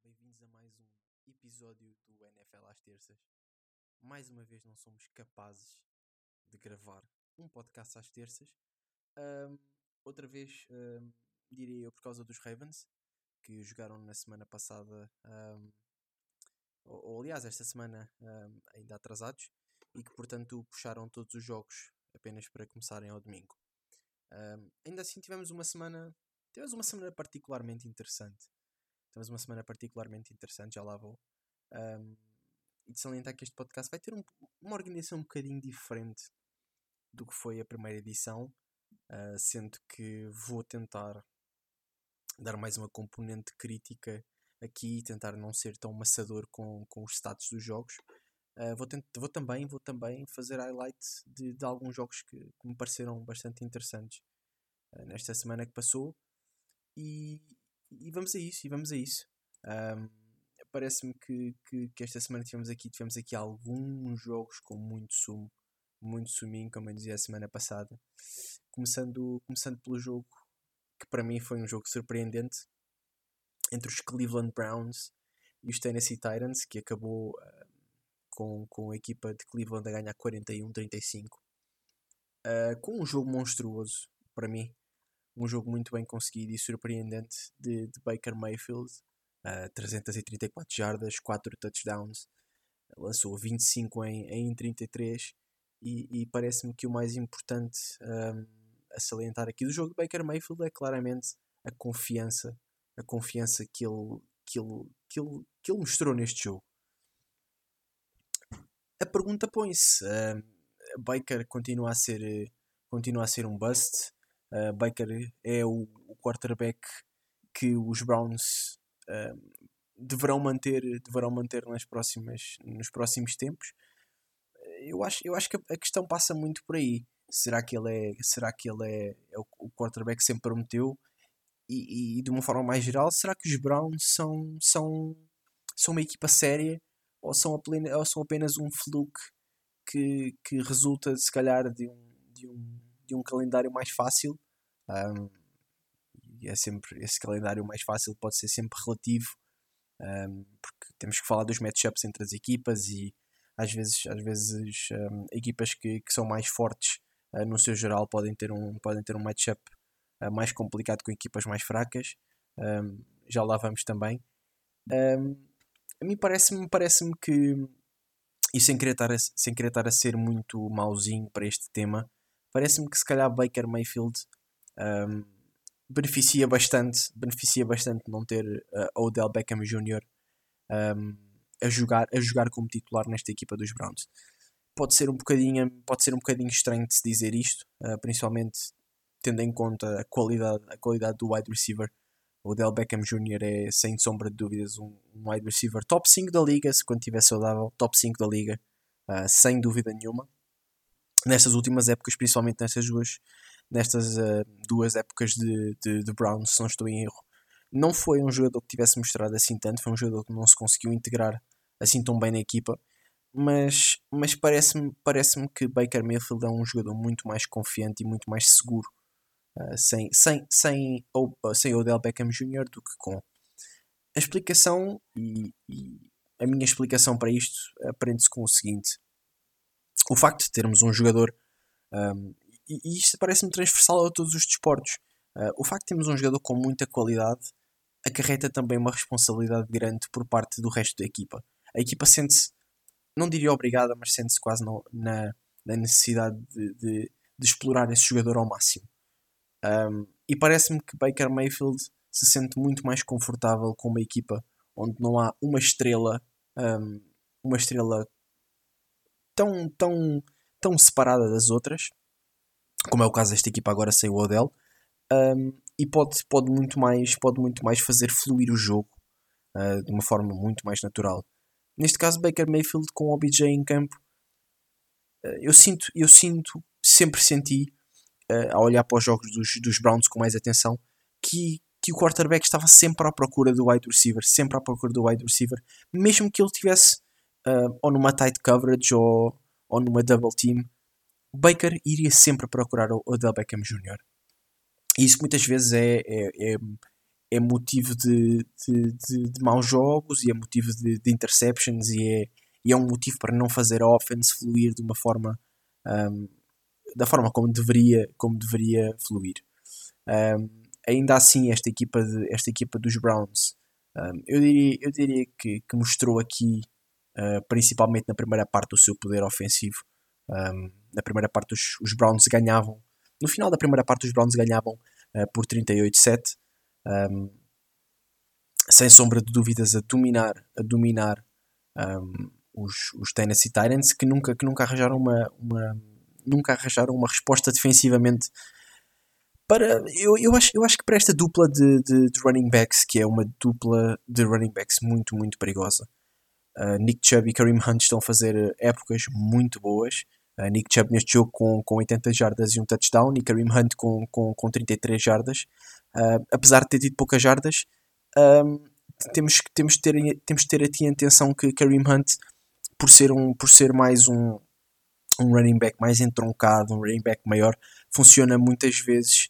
bem-vindos a mais um episódio do NFL às terças. Mais uma vez não somos capazes de gravar um podcast às terças. Outra vez, diria eu, por causa dos Ravens, que jogaram na semana passada, ou aliás, esta semana ainda atrasados, e que portanto puxaram todos os jogos apenas para começarem ao domingo. Ainda assim tivemos uma semana particularmente interessante. Já lá vou. E de salientar que este podcast vai ter uma organização um bocadinho diferente do que foi a primeira edição, sendo que vou tentar dar mais uma componente crítica aqui e tentar não ser tão maçador com os status dos jogos. Vou também fazer highlight de alguns jogos que me pareceram bastante interessantes nesta semana que passou. E vamos a isso. Parece-me que esta semana tivemos aqui alguns jogos com muito suminho, como eu dizia a semana passada. Começando pelo jogo que para mim foi um jogo surpreendente entre os Cleveland Browns e os Tennessee Titans, que acabou com a equipa de Cleveland a ganhar 41-35, com um jogo monstruoso para mim. Um jogo muito bem conseguido e surpreendente de Baker Mayfield. 334 jardas, 4 touchdowns. Lançou 25 em 33. E parece-me que o mais importante a salientar aqui do jogo de Baker Mayfield é claramente a confiança que ele mostrou neste jogo. A pergunta põe-se: Baker continua a ser um bust? Baker é o quarterback que os Browns deverão manter nos próximos tempos. Eu acho que a questão passa muito por aí. Será que ele é o quarterback que sempre prometeu? E de uma forma mais geral, será que os Browns são uma equipa séria ou são apenas um fluke que resulta se calhar de um calendário mais fácil? E esse calendário mais fácil pode ser sempre relativo, porque temos que falar dos matchups entre as equipas e às vezes equipas que são mais fortes no seu geral podem ter um matchup mais complicado com equipas mais fracas. Já lá vamos também. A mim parece-me que, e sem querer estar a ser muito mauzinho para este tema, parece-me que se calhar Baker Mayfield beneficia bastante não ter Odell Beckham Jr. A jogar como titular nesta equipa dos Browns. Pode ser um bocadinho estranho de se dizer isto, principalmente tendo em conta a qualidade do wide receiver. O Odell Beckham Jr. é, sem sombra de dúvidas, um wide receiver top 5 da liga, se quando estiver saudável, top 5 da liga, sem dúvida nenhuma. Nestas últimas épocas, principalmente nestas duas épocas de Browns, se não estou em erro, não foi um jogador que tivesse mostrado assim tanto, foi um jogador que não se conseguiu integrar assim tão bem na equipa, mas parece-me que Baker Mayfield é um jogador muito mais confiante e muito mais seguro sem Odell Beckham Jr. do que com. A explicação e a minha explicação para isto aprende-se com o seguinte: o facto de termos um jogador, e isto parece-me transversal a todos os desportos, o facto de termos um jogador com muita qualidade acarreta também uma responsabilidade grande por parte do resto da equipa. A equipa sente-se, não diria obrigada, mas sente-se quase na necessidade de explorar esse jogador ao máximo. E parece-me que Baker Mayfield se sente muito mais confortável com uma equipa onde não há uma estrela tão separada das outras, como é o caso desta equipa agora sem o Odell, e pode muito mais fazer fluir o jogo de uma forma muito mais natural. Neste caso, Baker Mayfield com o OBJ em campo, eu sempre senti, a olhar para os jogos dos Browns com mais atenção, que o quarterback estava sempre à procura do wide receiver, mesmo que ele estivesse ou numa tight coverage ou numa double team. Baker iria sempre procurar o Odell Beckham Jr. E isso muitas vezes é motivo de maus jogos, e é motivo de interceptions, e é um motivo para não fazer a offense fluir de uma forma, da forma como deveria fluir. Ainda assim, esta equipa dos Browns, eu diria que mostrou aqui, principalmente na primeira parte, o seu poder ofensivo. Na primeira parte os Browns ganhavam, no final da primeira parte os Browns ganhavam por 38-7, sem sombra de dúvidas a dominar os Tennessee Titans, que nunca arranjaram nunca arranjaram uma resposta defensivamente para, eu acho que para esta dupla de running backs, que é uma dupla de running backs muito, muito perigosa. Nick Chubb e Kareem Hunt estão a fazer épocas muito boas. Nick Chubb neste jogo com 80 jardas e um touchdown, e Kareem Hunt com 33 jardas. Apesar de ter tido poucas jardas, temos de ter aqui a atenção que Kareem Hunt, por ser mais um running back mais entroncado, um running back maior, funciona muitas vezes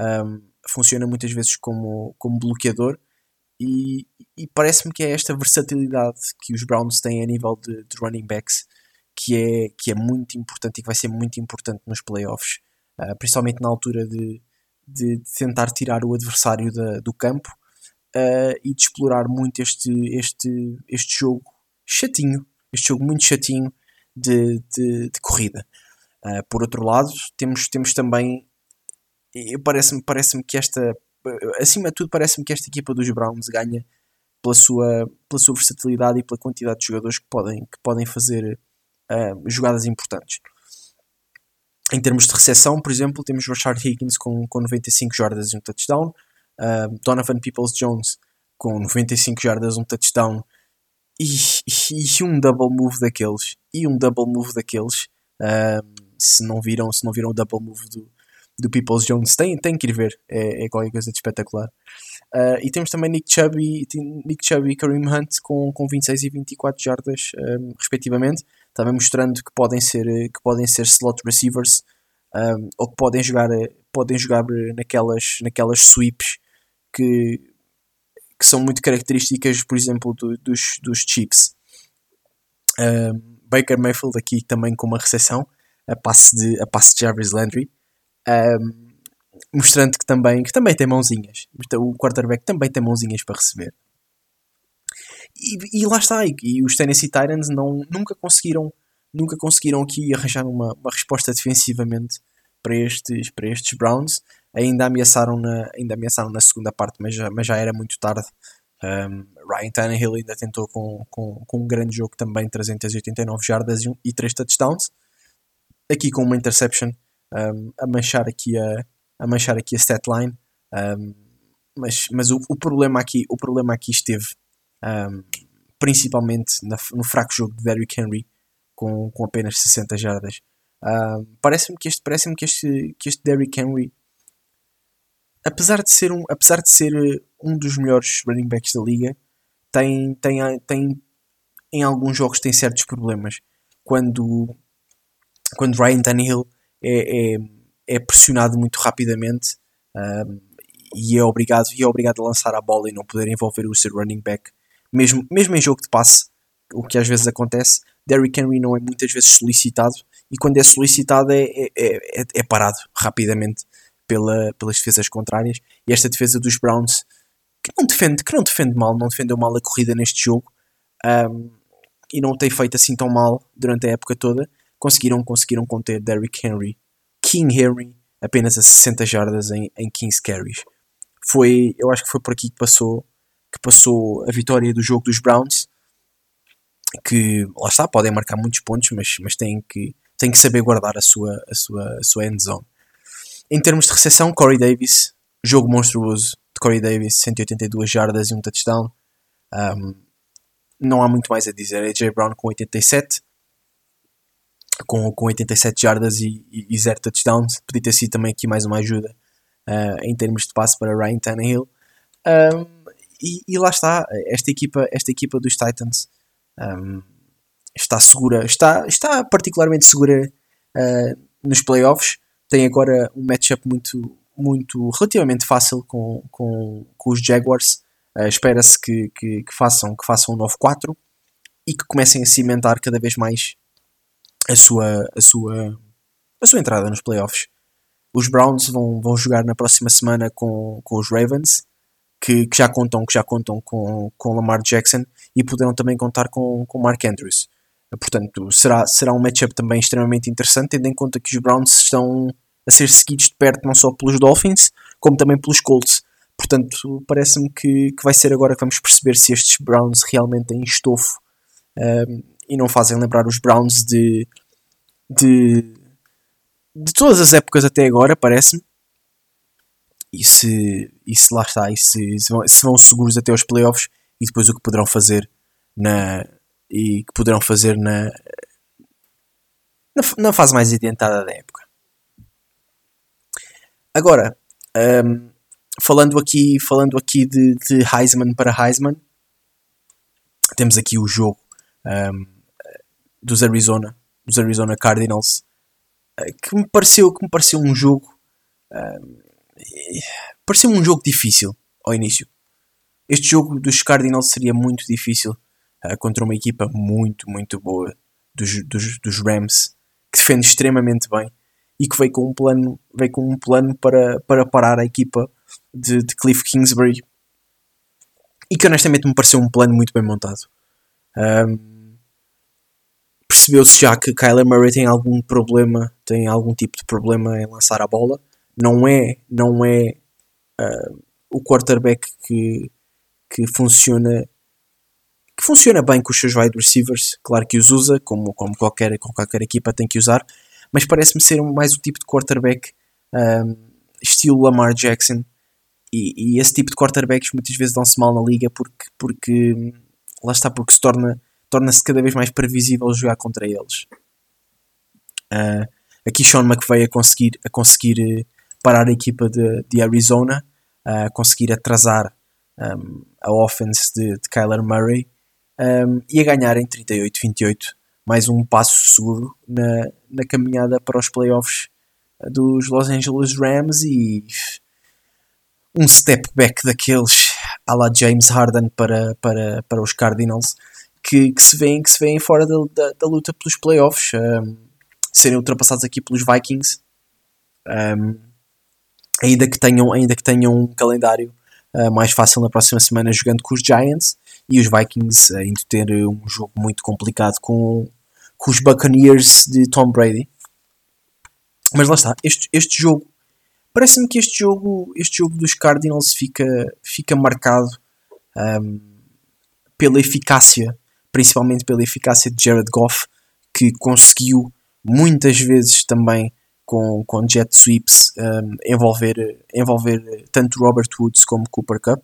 como bloqueador, e parece-me que é esta versatilidade que os Browns têm a nível de running backs que é muito importante e que vai ser muito importante nos playoffs, principalmente na altura de tentar tirar o adversário do campo, e de explorar muito este jogo chatinho, este jogo muito chatinho de corrida. Por outro lado, temos também, parece-me que acima de tudo, parece-me que esta equipa dos Browns ganha pela sua versatilidade e pela quantidade de jogadores que podem fazer jogadas importantes. Em termos de recepção, por exemplo, temos Rashard Higgins com 95 jardas e um touchdown, Donovan Peoples-Jones com 95 jardas, um touchdown, e um double move daqueles, se não viram o double move do Peoples-Jones, tem que ir ver, é qualquer coisa de espetacular. E temos também Nick Chubb e Kareem Hunt com 26 e 24 jardas, respectivamente, também mostrando que podem ser slot receivers, ou que podem jogar naquelas sweeps que são muito características, por exemplo, dos Chiefs. Baker Mayfield aqui também com uma recepção a passe de Jarvis Landry, mostrando que também tem mãozinhas. O quarterback também tem mãozinhas para receber. E lá está, e os Tennessee Titans nunca conseguiram aqui arranjar uma resposta defensivamente para estes Browns. Ainda ameaçaram na segunda parte, mas já era muito tarde. Ryan Tannehill ainda tentou com um grande jogo também, 389 jardas e 3 touchdowns, aqui com uma interception, a manchar aqui a stat line, mas o problema aqui esteve principalmente no fraco jogo de Derrick Henry com apenas 60 jardas. Parece-me que este Derrick Henry, apesar de ser um dos melhores running backs da liga, tem em alguns jogos tem certos problemas quando Ryan Tannehill é pressionado muito rapidamente, e é obrigado a lançar a bola e não poder envolver o seu running back, mesmo em jogo de passe, o que às vezes acontece. Derrick Henry não é muitas vezes solicitado, e quando é solicitado é parado rapidamente pelas defesas contrárias, e esta defesa dos Browns, que não defendeu mal a corrida neste jogo, e não tem feito assim tão mal durante a época toda, conseguiram conter Derrick Henry, King Henry, apenas a 60 jardas em 15 carries. Eu acho que foi por aqui que passou a vitória do jogo dos Browns, que lá está, podem marcar muitos pontos, mas têm que saber guardar a sua end zone. Em termos de recepção, Corey Davis, jogo monstruoso de Corey Davis, 182 jardas e um touchdown. Não há muito mais a dizer. AJ Brown com 87 jardas e 0 touchdowns. Podia ter sido também aqui mais uma ajuda em termos de passe para Ryan Tannehill. E lá está, esta equipa dos Titans está segura, está particularmente segura nos playoffs. Tem agora um matchup muito relativamente fácil com os Jaguars. Espera-se que façam um 9-4 e que comecem a cimentar cada vez mais a sua entrada nos playoffs. Os Browns vão jogar na próxima semana com os Ravens, que já contam com Lamar Jackson e poderão também contar com Mark Andrews. Portanto, será um matchup também extremamente interessante, tendo em conta que os Browns estão a ser seguidos de perto não só pelos Dolphins, como também pelos Colts. Portanto, parece-me que vai ser agora que vamos perceber se estes Browns realmente têm estofo e não fazem lembrar os Browns de todas as épocas até agora, parece-me. E se lá está, e se vão seguros até aos playoffs e depois o que poderão fazer na fase mais adiantada da época. Agora, falando aqui de Heisman para Heisman, temos aqui o jogo dos Arizona Cardinals, que me pareceu um jogo difícil ao início. Este jogo dos Cardinals seria muito difícil contra uma equipa muito, muito boa dos Rams, que defende extremamente bem e que veio com um plano para parar a equipa de Cliff Kingsbury, e que honestamente me pareceu um plano muito bem montado. Percebeu-se já que Kyler Murray tem algum tipo de problema em lançar a bola. Não é o quarterback que funciona bem com os seus wide receivers. Claro que os usa, como qualquer equipa tem que usar, mas parece-me ser mais o tipo de quarterback estilo Lamar Jackson, e esse tipo de quarterbacks muitas vezes dão-se mal na liga porque lá está, porque torna-se cada vez mais previsível jogar contra eles. Aqui Sean McVay a conseguir parar a equipa de Arizona, a conseguir atrasar a offense de Kyler Murray, e a ganhar em 38-28, mais um passo seguro na caminhada para os playoffs dos Los Angeles Rams, e um step back daqueles à la James Harden para os Cardinals, que se vêem fora da luta pelos playoffs, serem ultrapassados aqui pelos Vikings, ainda que tenham um calendário mais fácil na próxima semana jogando com os Giants, e os Vikings ainda ter um jogo muito complicado com os Buccaneers de Tom Brady. Mas lá está, este jogo, parece-me que este jogo dos Cardinals fica marcado pela eficácia, principalmente pela eficácia de Jared Goff, que conseguiu muitas vezes também com jet sweeps envolver tanto Robert Woods como Cooper Kupp.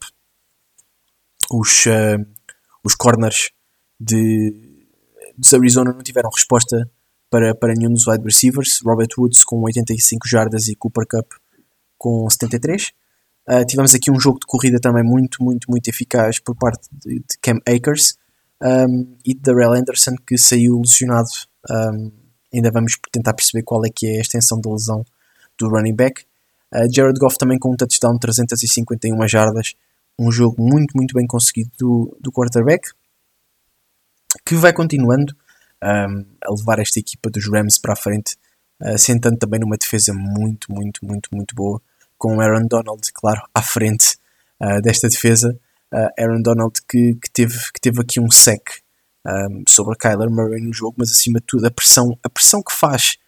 Os corners dos Arizona não tiveram resposta para nenhum dos wide receivers. Robert Woods com 85 jardas e Cooper Kupp com 73. Tivemos aqui um jogo de corrida também muito, muito, muito eficaz por parte de Cam Akers e de Darrell Anderson, que saiu lesionado. Ainda vamos tentar perceber qual é que é a extensão da lesão do running back. Jared Goff também com um touchdown de 351 jardas. Um jogo muito, muito bem conseguido do quarterback, que vai continuando a levar esta equipa dos Rams para a frente, sentando também numa defesa muito, muito, muito, muito boa, com Aaron Donald, claro, à frente desta defesa. Aaron Donald que teve aqui um sack sobre Kyler Murray no jogo, mas acima de tudo a pressão que faz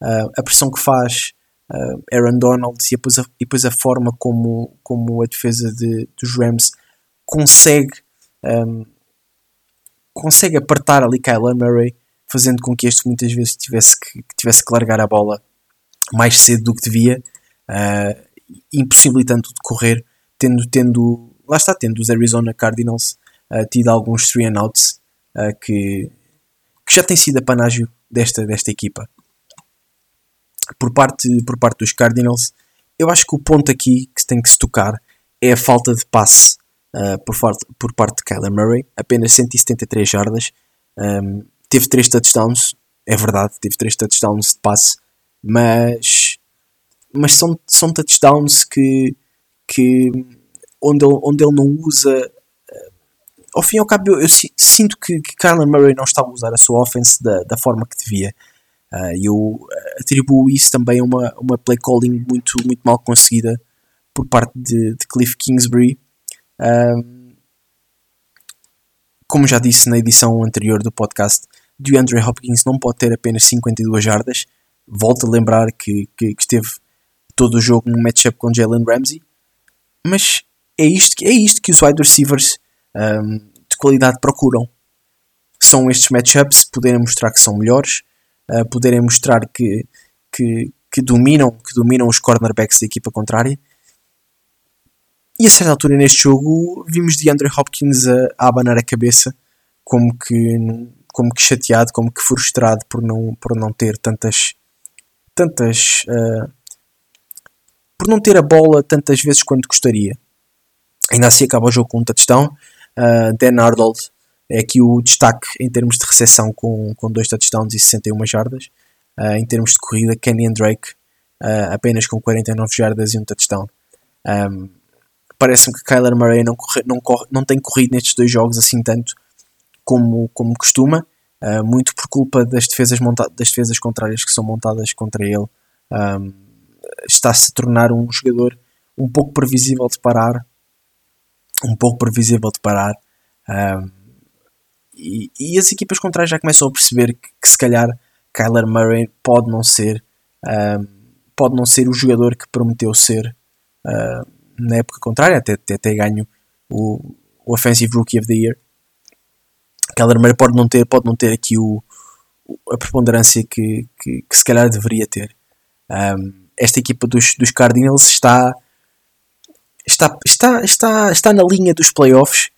Aaron Donald, e depois a forma como a defesa dos Rams consegue apertar ali Kyler Murray, fazendo com que este muitas vezes tivesse que largar a bola mais cedo do que devia, impossibilitando de correr, tendo os Arizona Cardinals tido alguns 3-and-outs que já tem sido apanágio desta equipa. Por parte dos Cardinals, eu acho que o ponto aqui que tem que se tocar é a falta de passe por parte de Kyler Murray. Apenas 173 jardas, teve 3 touchdowns, é verdade, teve 3 touchdowns de passe, mas mas são touchdowns que onde ele não usa. Ao fim e ao cabo, eu sinto que Kyler Murray não está a usar a sua offense da forma que devia. Eu atribuo isso também a uma play calling muito, muito mal conseguida por parte de Cliff Kingsbury. Como já disse na edição anterior do podcast, DeAndre Hopkins não pode ter apenas 52 jardas. Volto a lembrar que esteve todo o jogo num matchup com Jalen Ramsey. Mas é isto que os wide receivers de qualidade procuram. São estes matchups, poderem mostrar que são melhores, poderem mostrar que dominam os cornerbacks da equipa contrária. E a certa altura neste jogo vimos DeAndre Hopkins a abanar a cabeça, como que chateado, como que frustrado por não ter por não ter a bola tantas vezes quanto gostaria. Ainda assim acaba o jogo com um touchdown. Dan Arnold é aqui o destaque em termos de recepção com 2 touchdowns e 61 jardas. Em termos de corrida, Kenyan Drake apenas com 49 jardas e um touchdown. Parece-me que Kyler Murray não tem corrido nestes 2 jogos assim tanto como costuma, muito por culpa das defesas contrárias que são montadas contra ele. Está-se a tornar um jogador um pouco previsível de parar. E as equipas contrárias já começam a perceber que se calhar Kyler Murray pode não ser o jogador que prometeu ser na época contrária, até ganho o Offensive Rookie of the Year. Kyler Murray pode não ter aqui a preponderância que se calhar deveria ter. Esta equipa dos Cardinals está na linha dos playoffs.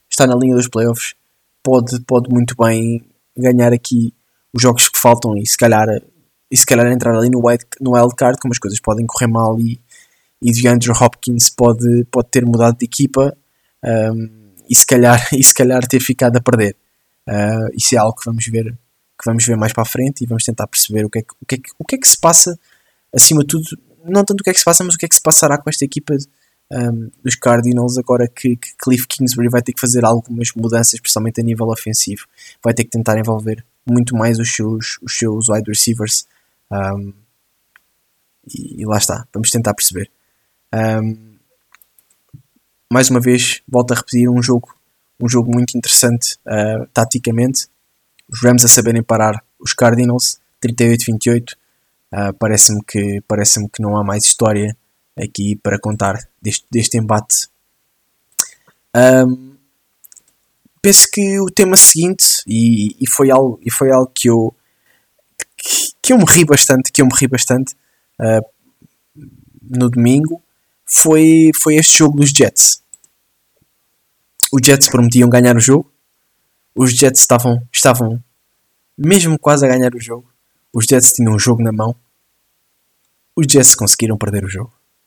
Pode muito bem ganhar aqui os jogos que faltam e se calhar entrar ali no wild card, como as coisas podem correr mal e DeAndre Hopkins pode ter mudado de equipa e se calhar ter ficado a perder. Isso é algo que vamos ver mais para a frente e vamos tentar perceber o que é que se passa, acima de tudo, não tanto o que é que se passa, mas o que é que se passará com esta equipa dos Cardinals agora que Cliff Kingsbury vai ter que fazer algumas mudanças, especialmente a nível ofensivo. Vai ter que tentar envolver muito mais os seus wide receivers e lá está, vamos tentar perceber. Mais uma vez, volto a repetir, um jogo muito interessante taticamente. Os Rams a saberem parar os Cardinals 38-28. Parece-me que não há mais história aqui para contar deste embate. Penso que o tema seguinte, e foi algo que eu me ri bastante no domingo, foi este jogo dos Jets. Os Jets prometiam ganhar o jogo. Os Jets estavam mesmo quase a ganhar o jogo. Os Jets tinham um jogo na mão. Os Jets conseguiram perder o jogo.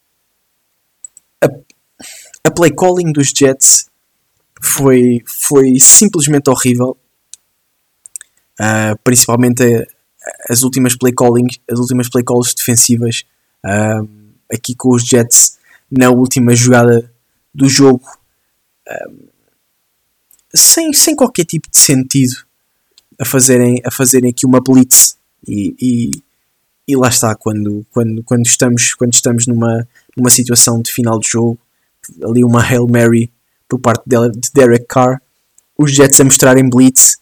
A play calling dos Jets foi simplesmente horrível. Principalmente as últimas play calls defensivas. Aqui com os Jets na última jogada do jogo. Sem qualquer tipo de sentido a fazerem aqui uma blitz e lá está, quando estamos numa situação de final de jogo, ali uma Hail Mary por parte de Derek Carr, os Jets a mostrarem blitz,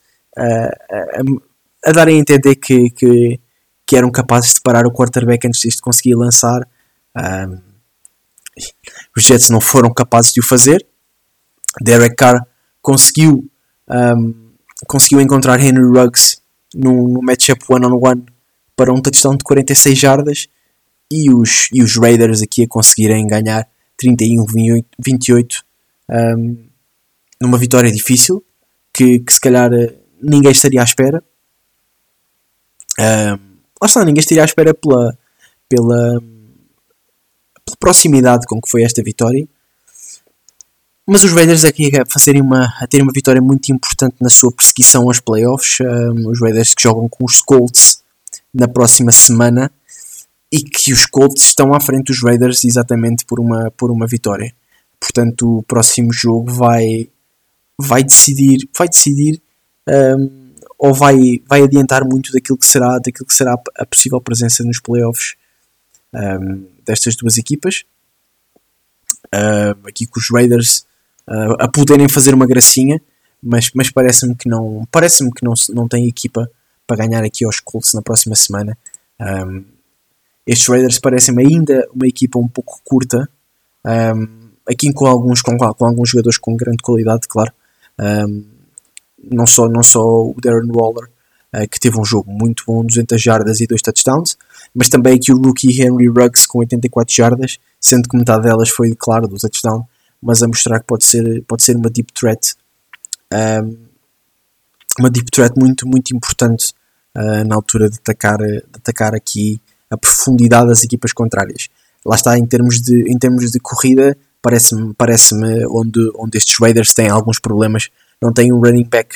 a darem a entender que eram capazes de parar o quarterback antes de conseguir lançar. Os Jets não foram capazes de o fazer. Derek Carr conseguiu encontrar Henry Ruggs no matchup one-on-one para um touchdown de 46 jardas e os Raiders aqui a conseguirem ganhar 31-28 numa vitória difícil que se calhar ninguém estaria à espera. Lá está, ninguém estaria à espera pela proximidade com que foi esta vitória. Mas os Raiders aqui a terem uma vitória muito importante na sua perseguição aos playoffs. Os Raiders que jogam com os Colts na próxima semana. e que os Colts estão à frente dos Raiders exatamente por uma vitória. Portanto, o próximo jogo vai decidir ou vai adiantar muito daquilo que será a possível presença nos playoffs destas duas equipas. Aqui com os Raiders a poderem fazer uma gracinha, mas parece-me que não tem equipa para ganhar aqui aos Colts na próxima semana. Estes Raiders parecem-me ainda uma equipa um pouco curta, aqui com alguns jogadores com grande qualidade, claro. Não só o Darren Waller, que teve um jogo muito bom, 200 jardas e 2 touchdowns, mas também aqui o rookie Henry Ruggs com 84 jardas, sendo que metade delas foi, claro, do touchdown, mas a mostrar que pode ser uma deep threat, muito, muito importante na altura de atacar aqui a profundidade das equipas contrárias. Lá está, em termos de corrida, parece-me onde estes Raiders têm alguns problemas. Não tem um running back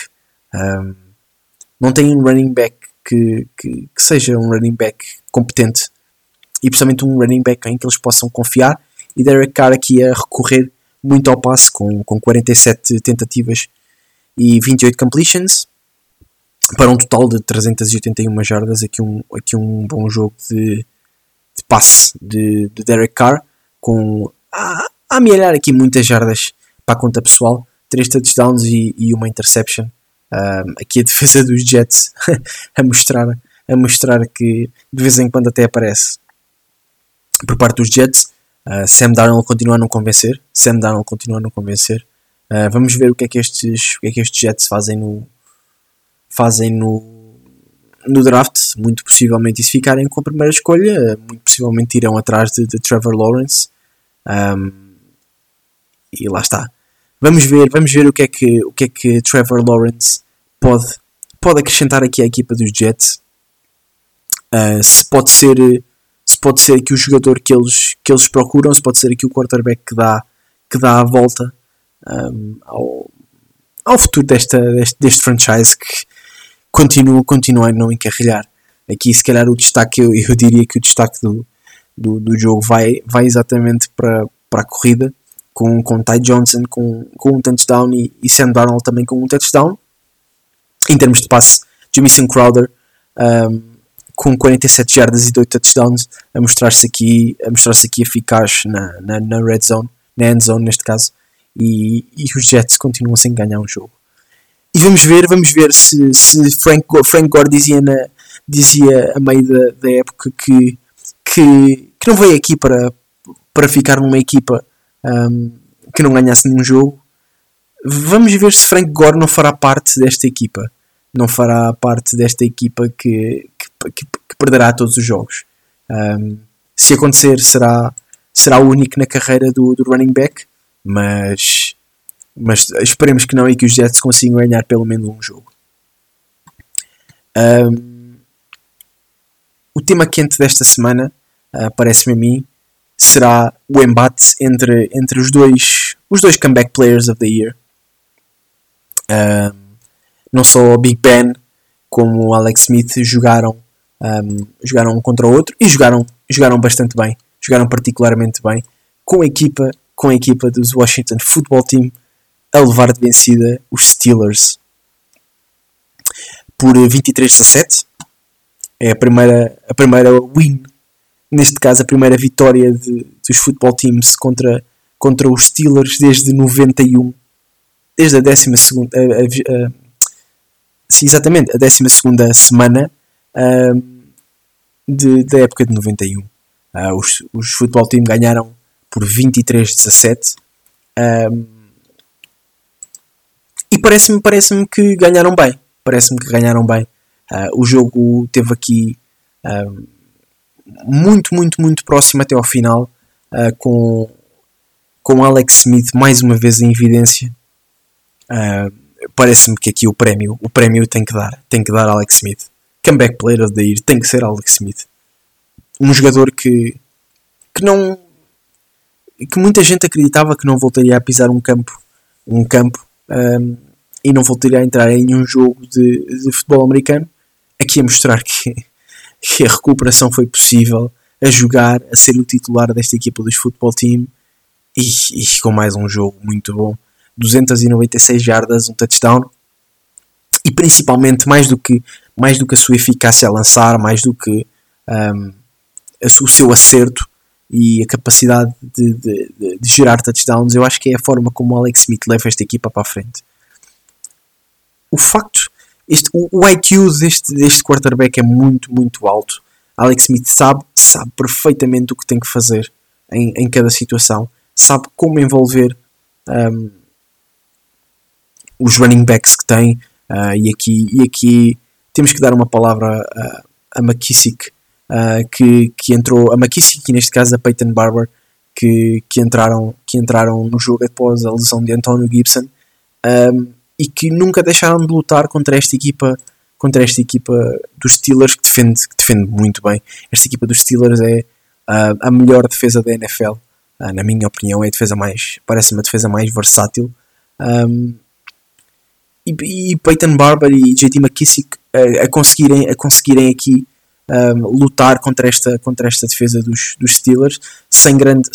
que seja um running back competente, e principalmente um running back em que eles possam confiar. E Derek Carr aqui a recorrer muito ao passe, com 47 tentativas e 28 completions, para um total de 381 jardas. Aqui um bom jogo de passe de Derek Carr, a amealhar aqui muitas jardas para a conta pessoal, 3 touchdowns e uma interception. Aqui a defesa dos Jets a mostrar que de vez em quando até aparece por parte dos Jets. Sam Darnold continua a não convencer. Vamos ver o que é que estes Jets fazem no draft. Muito possivelmente, se ficarem com a primeira escolha, muito possivelmente irão atrás de Trevor Lawrence. E lá está. Vamos ver o que é que Trevor Lawrence pode acrescentar aqui à equipa dos Jets. Se pode ser aqui o jogador que eles procuram, se pode ser aqui o quarterback que dá a volta ao futuro deste franchise, que continua a não encarrilhar. Aqui, se calhar, o destaque, eu diria que o destaque do jogo vai exatamente para a corrida, com Ty Johnson com um touchdown e Sam Darnold também com um touchdown. Em termos de passe, Jamison Crowder com 47 jardas e 2 touchdowns, a mostrar-se aqui eficaz na red zone, na end zone neste caso, e os Jets continuam sem ganhar um jogo. E vamos ver se Frank Gore dizia a meio da época que não veio aqui para ficar numa equipa que não ganhasse nenhum jogo. Vamos ver se Frank Gore não fará parte desta equipa. Não fará parte desta equipa que perderá todos os jogos. Se acontecer, será o único na carreira do running back, mas esperemos que não, e que os Jets consigam ganhar pelo menos um jogo. O tema quente desta semana, parece-me a mim, será o embate entre os dois comeback players of the year. Não só o Big Ben como o Alex Smith jogaram um contra o outro, e jogaram bastante bem, jogaram particularmente bem, com a equipa dos Washington Football Team a levar de vencida os Steelers por 23-17. É a primeira win, neste caso a primeira vitória dos football teams contra os Steelers desde 91, desde a 12ª sim, exatamente, a 12ª semana da época de 91. Os football team ganharam por 23-17, e parece-me que ganharam bem. O jogo teve aqui muito, muito, muito próximo até ao final, com Alex Smith mais uma vez em evidência. Parece-me que aqui o prémio tem que dar a Alex Smith. Comeback Player of the Year tem que ser Alex Smith. Um jogador que muita gente acreditava que não voltaria a pisar um campo e não voltaria a entrar em nenhum jogo de futebol americano. Aqui a mostrar que a recuperação foi possível, a jogar, a ser o titular desta equipa dos football team e com mais um jogo muito bom. 296 jardas, um touchdown e principalmente mais do que a sua eficácia a lançar, mais do que o seu acerto e a capacidade de gerar touchdowns, eu acho que é a forma como o Alex Smith leva esta equipa para a frente. O facto, o IQ deste quarterback é muito, muito alto. Alex Smith sabe perfeitamente o que tem que fazer em cada situação, sabe como envolver os running backs que tem, e aqui temos que dar uma palavra a McKissick, que entrou, a McKissick e neste caso a Peyton Barber, que entraram no jogo após a lesão de Antonio Gibson, e que nunca deixaram de lutar contra esta equipa dos Steelers, que defende muito bem. Esta equipa dos Steelers é a melhor defesa da NFL, na minha opinião. É parece-me a defesa mais versátil, e Peyton Barber e JT McKissick a conseguirem aqui lutar contra esta defesa dos Steelers sem grande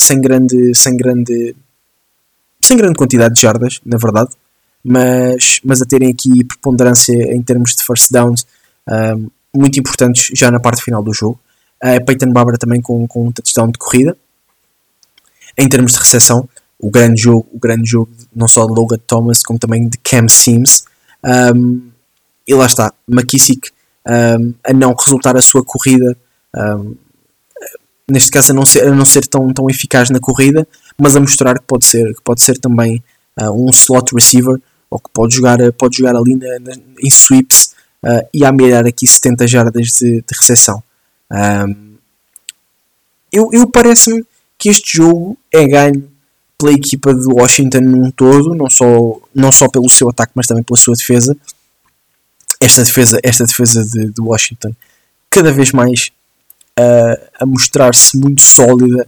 quantidade de jardas, na verdade, mas a terem aqui preponderância em termos de first downs muito importantes já na parte final do jogo. Peyton Barber também com um touchdown de corrida. Em termos de recepção, o grande jogo não só de Logan Thomas como também de Cam Sims, e lá está McKissick a não resultar a sua corrida, neste caso a não ser tão eficaz na corrida, mas a mostrar que pode ser também um slot receiver, ou que pode jogar ali em sweeps, e a amealhar aqui 70 jardas de recepção. Eu parece-me que este jogo é ganho pela equipa de Washington num todo, não só pelo seu ataque, mas também pela sua defesa. Esta defesa de Washington cada vez mais a mostrar-se muito sólida,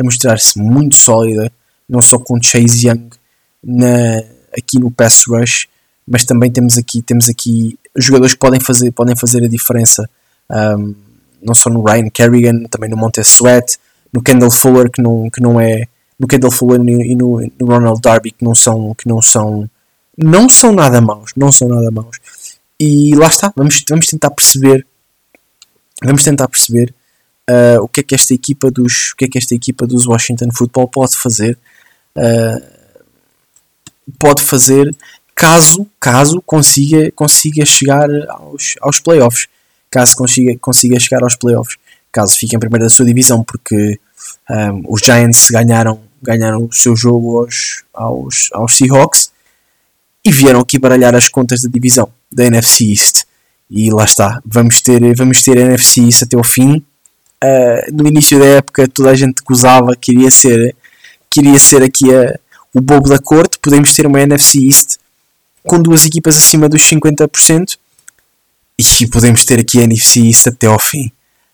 não só com Chase Young aqui no pass rush, mas também temos aqui jogadores que podem fazer a diferença, não só no Ryan Kerrigan, também no Montez Sweat, no Kendall Fuller, que não é, no Kendall Fuller e no Ronald Darby, que não são nada maus, e lá está, vamos tentar perceber o que é que esta equipa dos Washington Football pode fazer, caso consiga chegar aos playoffs, caso fique em primeiro da sua divisão, porque os Giants ganharam o seu jogo aos Seahawks e vieram aqui baralhar as contas da divisão da NFC East, e lá está, vamos ter a NFC East até ao fim. No início da época toda a gente gozava que iria ser aqui o bobo da corte. Podemos ter uma NFC East com duas equipas acima dos 50%, e podemos ter aqui a NFC East até ao fim.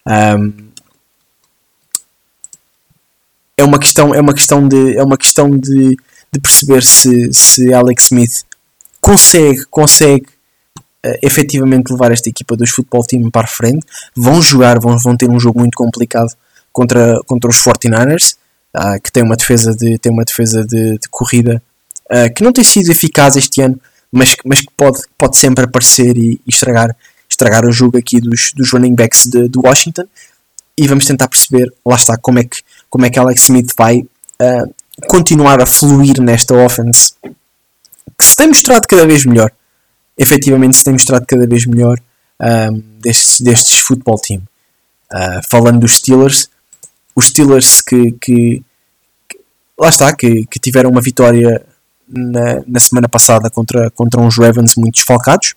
É uma questão de perceber se Alex Smith consegue efetivamente levar esta equipa dos football team para a frente. Vão ter um jogo muito complicado contra os 49ers, que tem uma defesa de corrida que não tem sido eficaz este ano, mas que pode sempre aparecer e estragar o jogo aqui dos running backs de Washington. E vamos tentar perceber, lá está, como é que Alex Smith vai continuar a fluir nesta offense, que se tem mostrado cada vez melhor. Efetivamente se tem mostrado cada vez melhor destes football team. Falando dos Steelers, os Steelers que lá está, que tiveram uma vitória na semana passada contra uns Ravens muito desfalcados.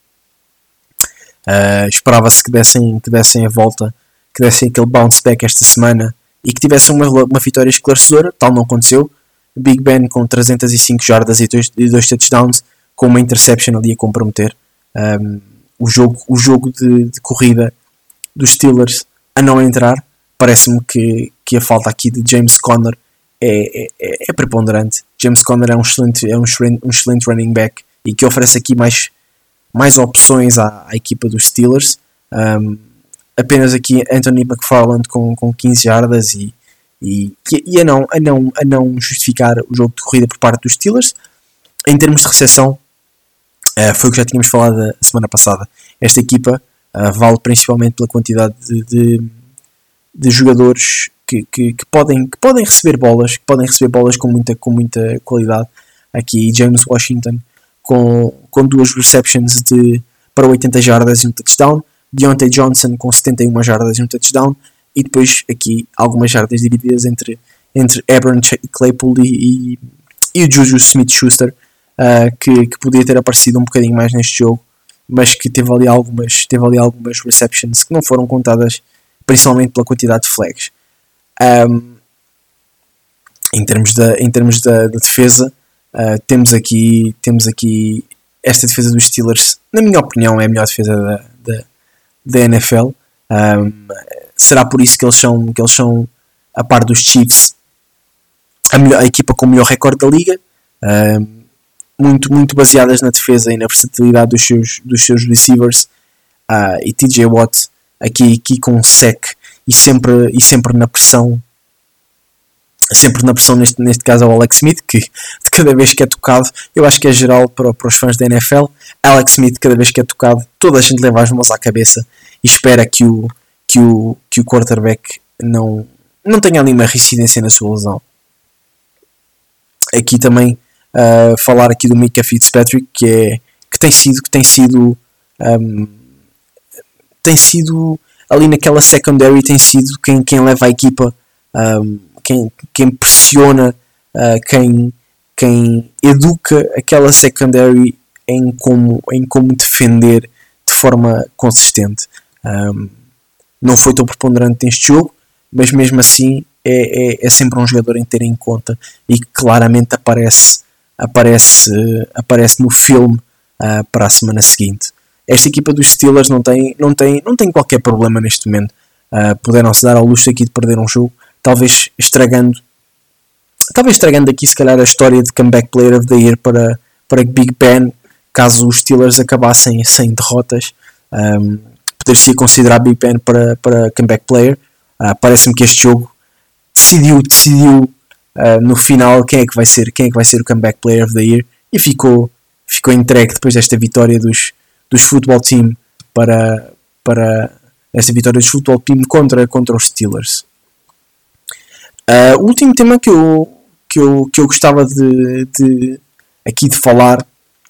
Esperava-se que dessem a volta, que dessem aquele bounce back esta semana e que tivessem uma vitória esclarecedora. Tal não aconteceu. Big Ben com 305 jardas e dois touchdowns, com uma interception ali a comprometer. O jogo de corrida dos Steelers a não entrar. Parece-me que a falta aqui de James Conner é preponderante. James Conner é um excelente running back e que oferece aqui mais opções à equipa dos Steelers. apenas aqui Anthony McFarland com 15 jardas e a não justificar o jogo de corrida por parte dos Steelers. Em termos de recepção, foi o que já tínhamos falado a semana passada. Esta equipa vale principalmente pela quantidade de jogadores que podem receber bolas, com muita qualidade. Aqui James Washington com 2 receptions para 80 jardas e um touchdown, Deontay Johnson com 71 jardas e um touchdown, e depois aqui algumas jardas divididas entre Abram Claypool e o Juju Smith-Schuster, que podia ter aparecido um bocadinho mais neste jogo, mas que teve ali algumas receptions que não foram contadas, principalmente pela quantidade de flags. Em termos da defesa, temos aqui esta defesa dos Steelers, na minha opinião, é a melhor defesa da NFL. Será por isso que eles são a par dos Chiefs, a equipa com o melhor recorde da liga, muito baseadas na defesa e na versatilidade dos seus receivers, e TJ Watt aqui com um sec e sempre na pressão. Sempre na pressão, neste caso ao Alex Smith, que de cada vez que é tocado, eu acho que é geral para os fãs da NFL, Alex Smith, cada vez que é tocado, toda a gente leva as mãos à cabeça e espera que o quarterback não tenha ali uma reincidência na sua lesão. Aqui também falar aqui do Micah Fitzpatrick, que tem sido ali naquela secondary, tem sido quem leva a equipa, quem pressiona, quem educa aquela secondary em como defender de forma consistente. Não foi tão preponderante neste jogo, mas mesmo assim é sempre um jogador em ter em conta e que claramente aparece no filme para a semana seguinte. Esta equipa dos Steelers não tem qualquer problema neste momento. Puderam-se dar ao luxo aqui de perder um jogo, talvez estragando aqui se calhar a história de Comeback Player of the Year para Big Ben, caso os Steelers acabassem sem derrotas. Poder-se considerar Big Ben para Comeback Player. Parece-me que este jogo decidiu no final quem é que vai ser o Comeback Player of the Year, e ficou entregue depois desta vitória dos Football Team para esta vitória dos Football Team contra os Steelers. O último tema que eu gostava de falar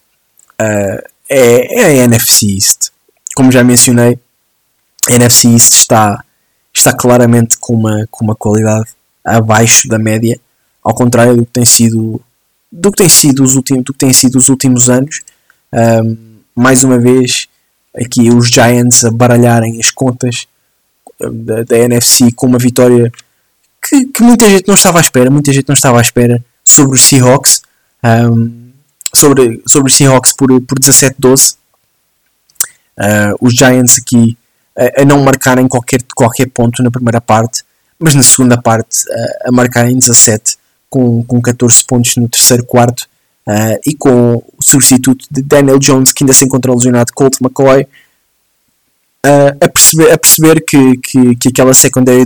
é a NFC East. Como já mencionei, a NFC East está claramente com uma qualidade abaixo da média, ao contrário do que tem sido os últimos anos. Mais uma vez aqui os Giants a baralharem as contas da NFC com uma vitória que muita gente não estava à espera sobre os Seahawks, sobre os Seahawks por 17-12. Os Giants aqui a não marcarem qualquer ponto na primeira parte, mas na segunda parte a marcarem 17 com 14 pontos no terceiro quarto, e com o substituto de Daniel Jones, que ainda se encontra lesionado, Colt McCoy, a perceber que aquela secondary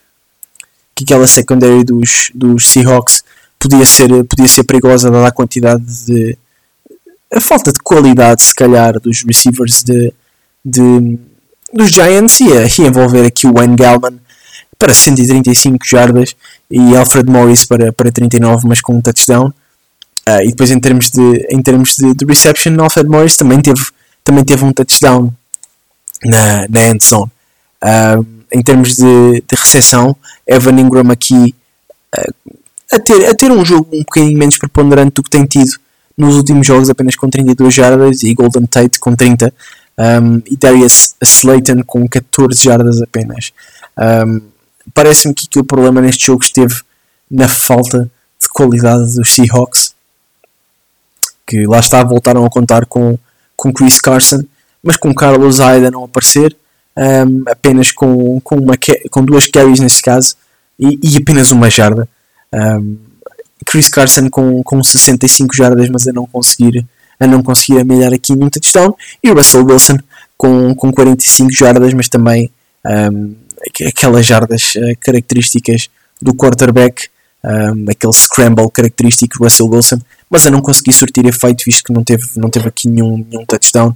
dos Seahawks podia ser perigosa, dada a quantidade a falta de qualidade, se calhar, dos receivers dos Giants, e envolver aqui o Wayne Gallman para 135 jardas e Alfred Morris para 39, mas com um touchdown. E depois em termos de reception, Alfred Morris também teve um touchdown na end zone. Em termos de recepção, Evan Ingram aqui a ter um jogo um bocadinho menos preponderante do que tem tido nos últimos jogos, apenas com 32 jardas, e Golden Tate com 30, e Darius Slayton com 14 jardas apenas. Parece-me que o problema neste jogo esteve na falta de qualidade dos Seahawks, que lá está, voltaram a contar com Chris Carson, mas com Carlos Hyde a não aparecer, apenas com 2 carries neste caso, e apenas uma jarda. Chris Carson com 65 jardas, mas a não conseguir amelhar aqui num touchdown, e Russell Wilson com 45 jardas, mas também aquelas jardas características do quarterback, aquele scramble característico do Russell Wilson, mas eu não consegui surtir efeito, visto que não teve aqui nenhum touchdown.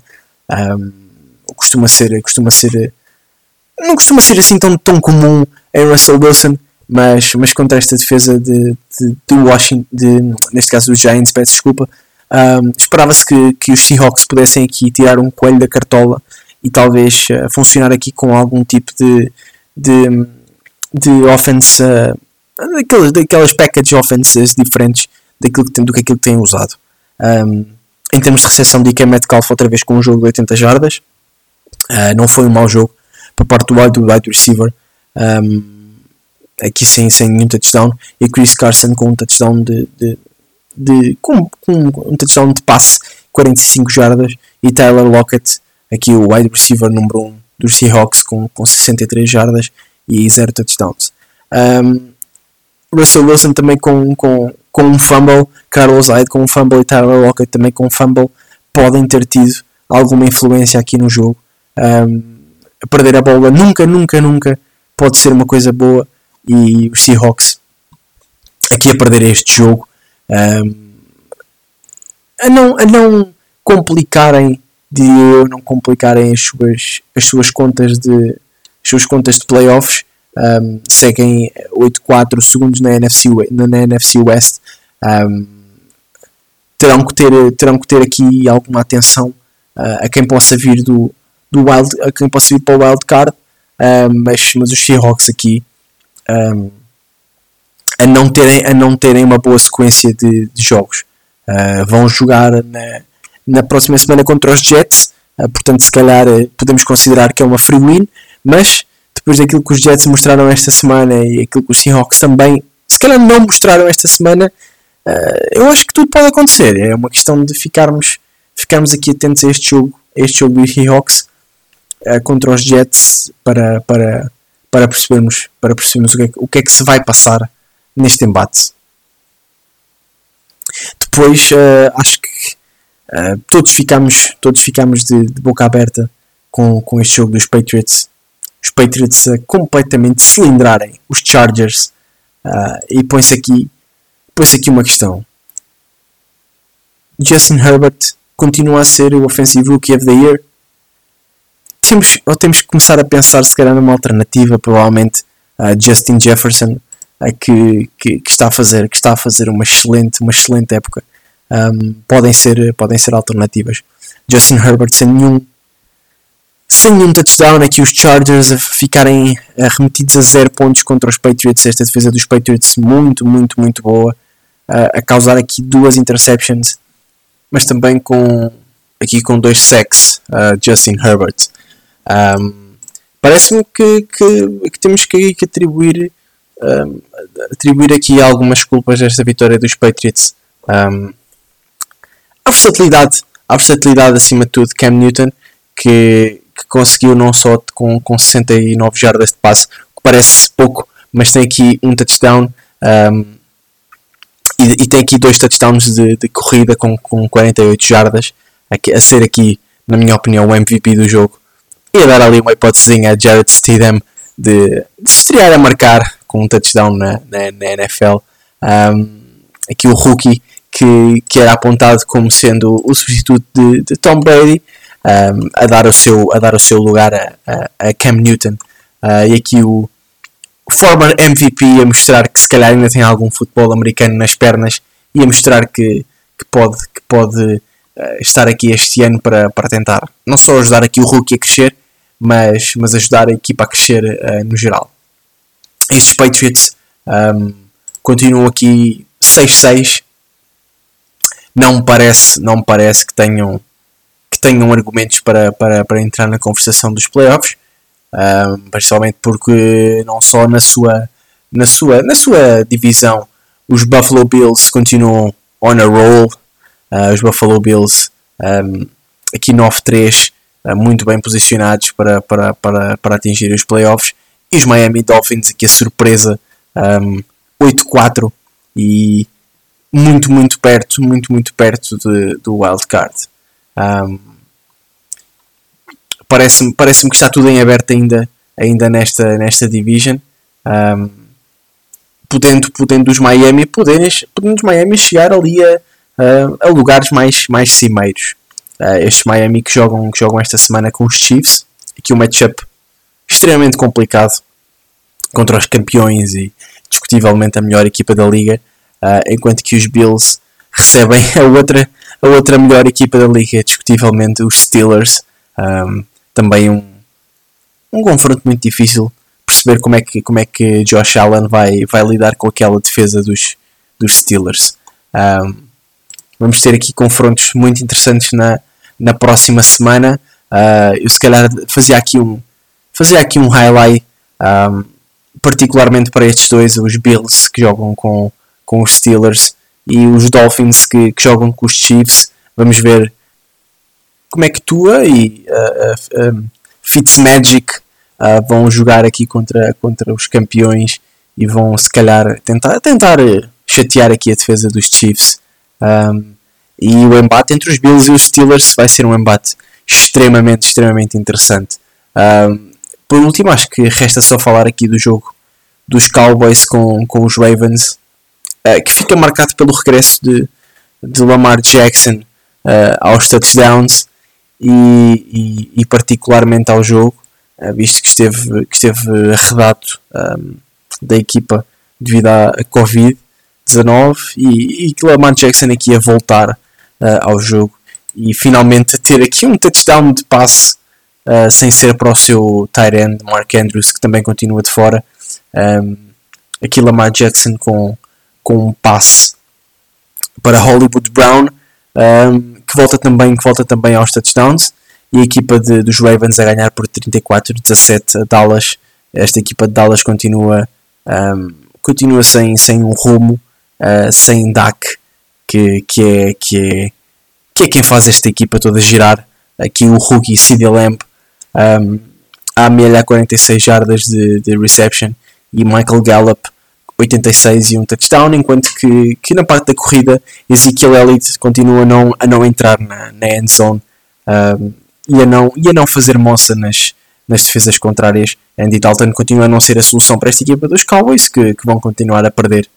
Não costuma ser assim tão comum em Russell Wilson, mas contra esta defesa de Washington, neste caso dos Giants, peço desculpa, esperava-se que os Seahawks pudessem aqui tirar um coelho da cartola e talvez funcionar aqui com algum tipo de offense, daquelas package offenses diferentes do que aquilo que têm usado. Em termos de recepção, de DK Metcalf outra vez com um jogo de 80 jardas. Não foi um mau jogo por parte do wide receiver, aqui sem nenhum touchdown, e Chris Carson com um touchdown com um touchdown de passe 45 jardas, e Tyler Lockett, aqui o wide receiver número 1 dos Seahawks, com 63 jardas e 0 touchdowns. Russell Wilson também com um fumble, Carlos Hyde com um fumble e Tyler Lockett também com um fumble, podem ter tido alguma influência aqui no jogo. Perder a bola nunca pode ser uma coisa boa, e os Seahawks aqui a perder este jogo, a não complicarem as suas contas de playoffs. Seguem 8-4 segundos na NFC West. Terão que ter aqui alguma atenção a quem possa vir a quem possa vir para o Wild Card, mas os Seahawks aqui a não terem uma boa sequência de jogos. Vão jogar na próxima semana contra os Jets, portanto se calhar podemos considerar que é uma free win, mas depois daquilo que os Jets mostraram esta semana e aquilo que os Seahawks também se calhar não mostraram esta semana, eu acho que tudo pode acontecer. É uma questão de ficarmos aqui atentos a este jogo dos Seahawks contra os Jets para percebermos o que é que se vai passar neste embate. Depois acho que todos ficamos de boca aberta com este jogo dos Patriots. Os Patriots completamente cilindrarem os Chargers, e põe-se aqui uma questão. Justin Herbert continua a ser o Offensive Rookie of the Year? Temos que começar a pensar se calhar numa alternativa, provavelmente Justin Jefferson, que está a fazer uma excelente época. Podem ser alternativas. Justin Herbert sem nenhum touchdown, aqui os Chargers a ficarem remetidos a 0 pontos contra os Patriots. Esta defesa dos Patriots muito boa, a causar aqui 2 interceptions, mas também com 2 sacks, Justin Herbert. Parece-me que temos que atribuir aqui algumas culpas a esta vitória dos Patriots. A versatilidade acima de tudo de Cam Newton, que conseguiu não só com 69 jardas de passe, que parece pouco, mas tem aqui um touchdown, e tem aqui 2 touchdowns de corrida com 48 jardas, a ser aqui, na minha opinião, o MVP do jogo, e a dar ali uma hipótesezinha a Jarrett Stidham de se estrear a marcar com um touchdown na NFL. Aqui o rookie que era apontado como sendo o substituto de Tom Brady, a dar o seu lugar a Cam Newton, e aqui o former MVP a mostrar que se calhar ainda tem algum futebol americano nas pernas, e a mostrar que pode estar aqui este ano para tentar não só ajudar aqui o rookie a crescer, mas ajudar a equipa a crescer no geral. Estes Patriots continuam aqui 6-6. Não me parece que tenham argumentos para entrar na conversação dos playoffs, principalmente porque não só na sua divisão os Buffalo Bills continuam on a roll. Os Buffalo Bills aqui 9-3, muito bem posicionados para atingir os playoffs, e os Miami Dolphins aqui a surpresa, 8-4 e muito perto do wild card. Parece-me que está tudo em aberto ainda ainda nesta division, podendo os Miami chegar ali a lugares mais cimeiros. Estes Miami que jogam esta semana com os Chiefs, aqui um matchup extremamente complicado contra os campeões e discutivelmente a melhor equipa da liga, enquanto que os Bills recebem a outra melhor equipa da liga, discutivelmente os Steelers. Também um confronto muito difícil, perceber como é que Josh Allen vai lidar com aquela defesa dos Steelers. Vamos ter aqui confrontos muito interessantes na próxima semana. Eu se calhar fazia aqui um highlight, particularmente para estes dois, os Bills que jogam com os Steelers e os Dolphins que jogam com os Chiefs. Vamos ver como é que Tua e Fitzmagic vão jogar aqui contra os campeões e vão se calhar tentar chatear aqui a defesa dos Chiefs. E o embate entre os Bills e os Steelers vai ser um embate extremamente interessante. Por último, acho que resta só falar aqui do jogo dos Cowboys com os Ravens, que fica marcado pelo regresso de Lamar Jackson aos touchdowns e particularmente ao jogo, visto que esteve arredado da equipa devido à Covid-19 e que Lamar Jackson aqui a voltar ao jogo e finalmente a ter aqui um touchdown de passe, sem ser para o seu tight end Mark Andrews, que também continua de fora. Aqui Lamar Jackson com um passe para Hollywood Brown, que volta também aos touchdowns, e a equipa dos Ravens a ganhar por 34-17 a Dallas. Esta equipa de Dallas continua sem um rumo, sem Dak, que é quem faz esta equipa toda girar. Aqui o rookie CeeDee Lamb a amealhar 46 jardas de reception, e Michael Gallup 86 e um touchdown, enquanto que na parte da corrida Ezekiel Elliott continua a não entrar na end zone, e a não fazer moça nas defesas contrárias. Andy Dalton continua a não ser a solução para esta equipa dos Cowboys, que vão continuar a perder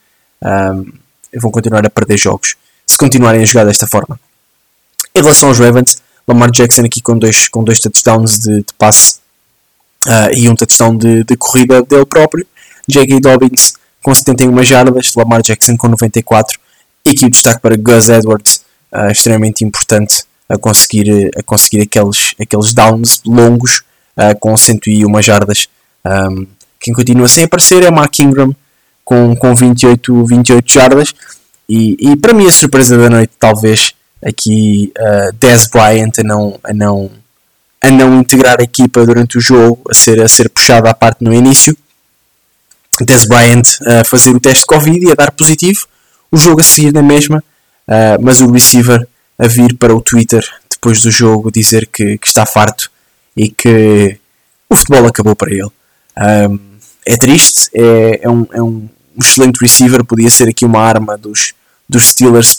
jogos se continuarem a jogar desta forma. Em relação aos Ravens, Lamar Jackson aqui com dois touchdowns de passe e um touchdown de corrida dele próprio. J.K. Dobbins com 71 jardas, Lamar Jackson com 94. E aqui o destaque para Gus Edwards, extremamente importante a conseguir aqueles downs longos, com 101 jardas. Quem continua sem aparecer é Mark Ingram com 28 jardas. E para mim a surpresa da noite, talvez, aqui Dez Bryant a não integrar a equipa durante o jogo, a ser puxado à parte no início. Dez Bryant a fazer o teste de Covid e a dar positivo, o jogo a seguir na mesma, mas o receiver a vir para o Twitter depois do jogo dizer que está farto e que o futebol acabou para ele. É triste, é um excelente receiver, podia ser aqui uma arma dos Steelers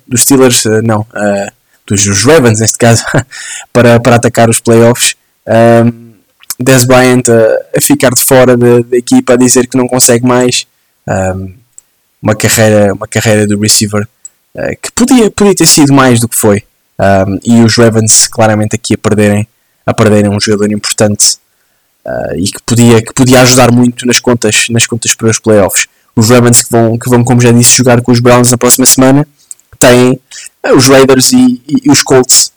dos Ravens neste caso, para atacar os playoffs. Dez Bryant a ficar de fora da equipa, a dizer que não consegue mais. Uma carreira do receiver que podia ter sido mais do que foi. E os Ravens claramente aqui a perderem um jogador importante, e que podia ajudar muito nas contas para os playoffs. Os Ravens que vão, como já disse, jogar com os Browns na próxima semana, têm os Raiders e os Colts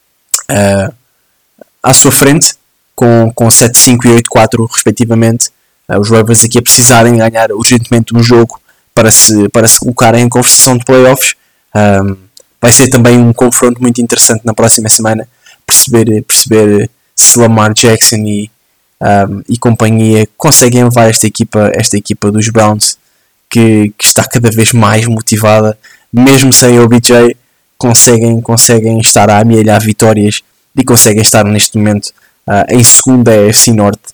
à sua frente, com 7-5 e 8-4 respectivamente. Os Ravens aqui a precisarem ganhar urgentemente um jogo para se colocarem em conversação de playoffs. Vai ser também um confronto muito interessante na próxima semana, perceber se Lamar Jackson e companhia conseguem levar esta equipa dos Browns, que está cada vez mais motivada, mesmo sem o OBJ, conseguem estar a amealhar vitórias e conseguem estar neste momento em segunda AFC Norte,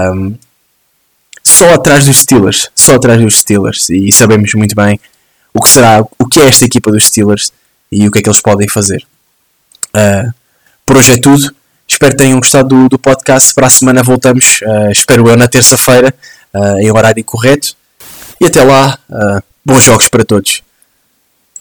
só atrás dos Steelers, e sabemos muito bem o que é esta equipa dos Steelers e o que é que eles podem fazer. Por hoje é tudo. Espero que tenham gostado do podcast. Para a semana voltamos, espero eu, na terça-feira, em horário correto. E até lá, bons jogos para todos.